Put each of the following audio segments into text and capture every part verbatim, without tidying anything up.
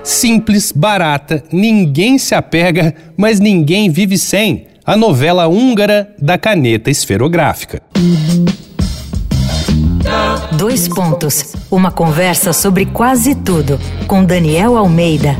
Simples, barata, ninguém se apega, mas ninguém vive sem. A novela húngara da caneta esferográfica. Dois pontos. Uma conversa sobre quase tudo, com Daniel Almeida.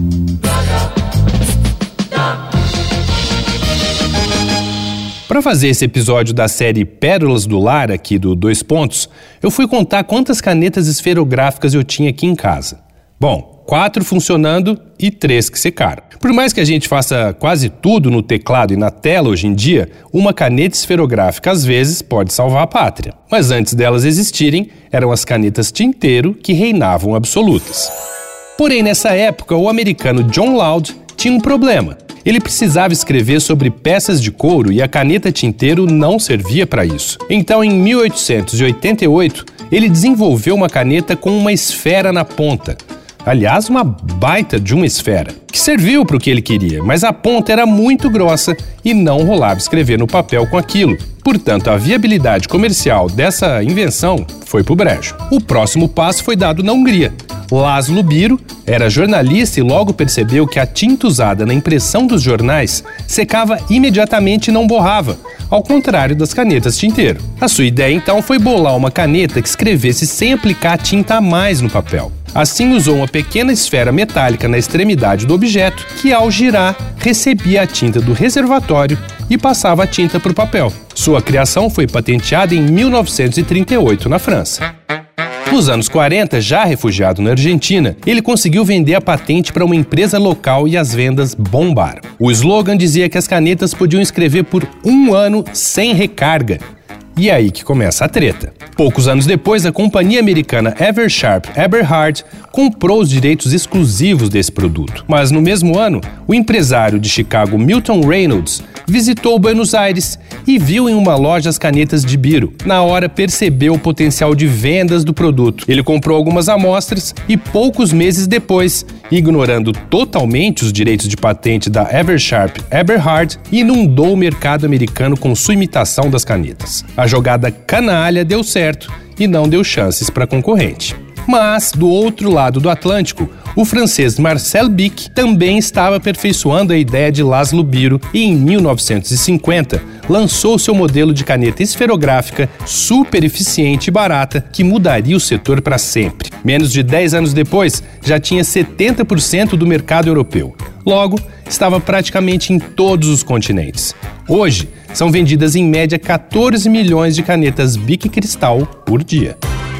Para fazer esse episódio da série Pérolas do Lar, aqui do Dois Pontos, eu fui contar quantas canetas esferográficas eu tinha aqui em casa. Bom, quatro funcionando e três que secaram. Por mais que a gente faça quase tudo no teclado e na tela hoje em dia, uma caneta esferográfica às vezes pode salvar a pátria. Mas antes delas existirem, eram as canetas tinteiro que reinavam absolutas. Porém, nessa época, o americano John Loud tinha um problema. Ele precisava escrever sobre peças de couro e a caneta tinteiro não servia para isso. Então, em mil oitocentos e oitenta e oito, ele desenvolveu uma caneta com uma esfera na ponta. Aliás, uma baita de uma esfera, que serviu para o que ele queria, mas a ponta era muito grossa e não rolava escrever no papel com aquilo. Portanto, a viabilidade comercial dessa invenção foi pro brejo. O próximo passo foi dado na Hungria. Laszlo Biro era jornalista e logo percebeu que a tinta usada na impressão dos jornais secava imediatamente e não borrava, ao contrário das canetas tinteiro. A sua ideia, então, foi bolar uma caneta que escrevesse sem aplicar tinta a mais no papel. Assim, usou uma pequena esfera metálica na extremidade do objeto que, ao girar, recebia a tinta do reservatório e passava a tinta para o papel. Sua criação foi patenteada em mil novecentos e trinta e oito, na França. Nos anos quarenta, já refugiado na Argentina, ele conseguiu vender a patente para uma empresa local e as vendas bombaram. O slogan dizia que as canetas podiam escrever por um ano sem recarga. E é aí que começa a treta. Poucos anos depois, a companhia americana Eversharp Eberhard comprou os direitos exclusivos desse produto. Mas no mesmo ano, o empresário de Chicago Milton Reynolds visitou Buenos Aires e viu em uma loja as canetas de Biro. Na hora percebeu o potencial de vendas do produto. Ele comprou algumas amostras e poucos meses depois, ignorando totalmente os direitos de patente da Eversharp Eberhard, inundou o mercado americano com sua imitação das canetas. A jogada canalha deu certo e não deu chances para concorrente. Mas, do outro lado do Atlântico, o francês Marcel Bic também estava aperfeiçoando a ideia de Laszlo Biro e, em mil novecentos e cinquenta, lançou seu modelo de caneta esferográfica super eficiente e barata que mudaria o setor para sempre. Menos de dez anos depois, já tinha setenta por cento do mercado europeu. Logo, estava praticamente em todos os continentes. Hoje, são vendidas em média quatorze milhões de canetas Bic Cristal por dia.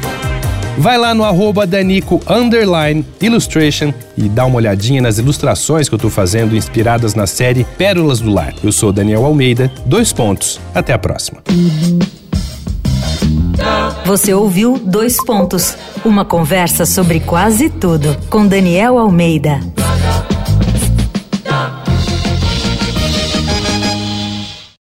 Vai lá no arroba Danico underline illustration e dá uma olhadinha nas ilustrações que eu tô fazendo inspiradas na série Pérolas do Lar. Eu sou Daniel Almeida, dois pontos, até a próxima. Você ouviu Dois Pontos, uma conversa sobre quase tudo com Daniel Almeida.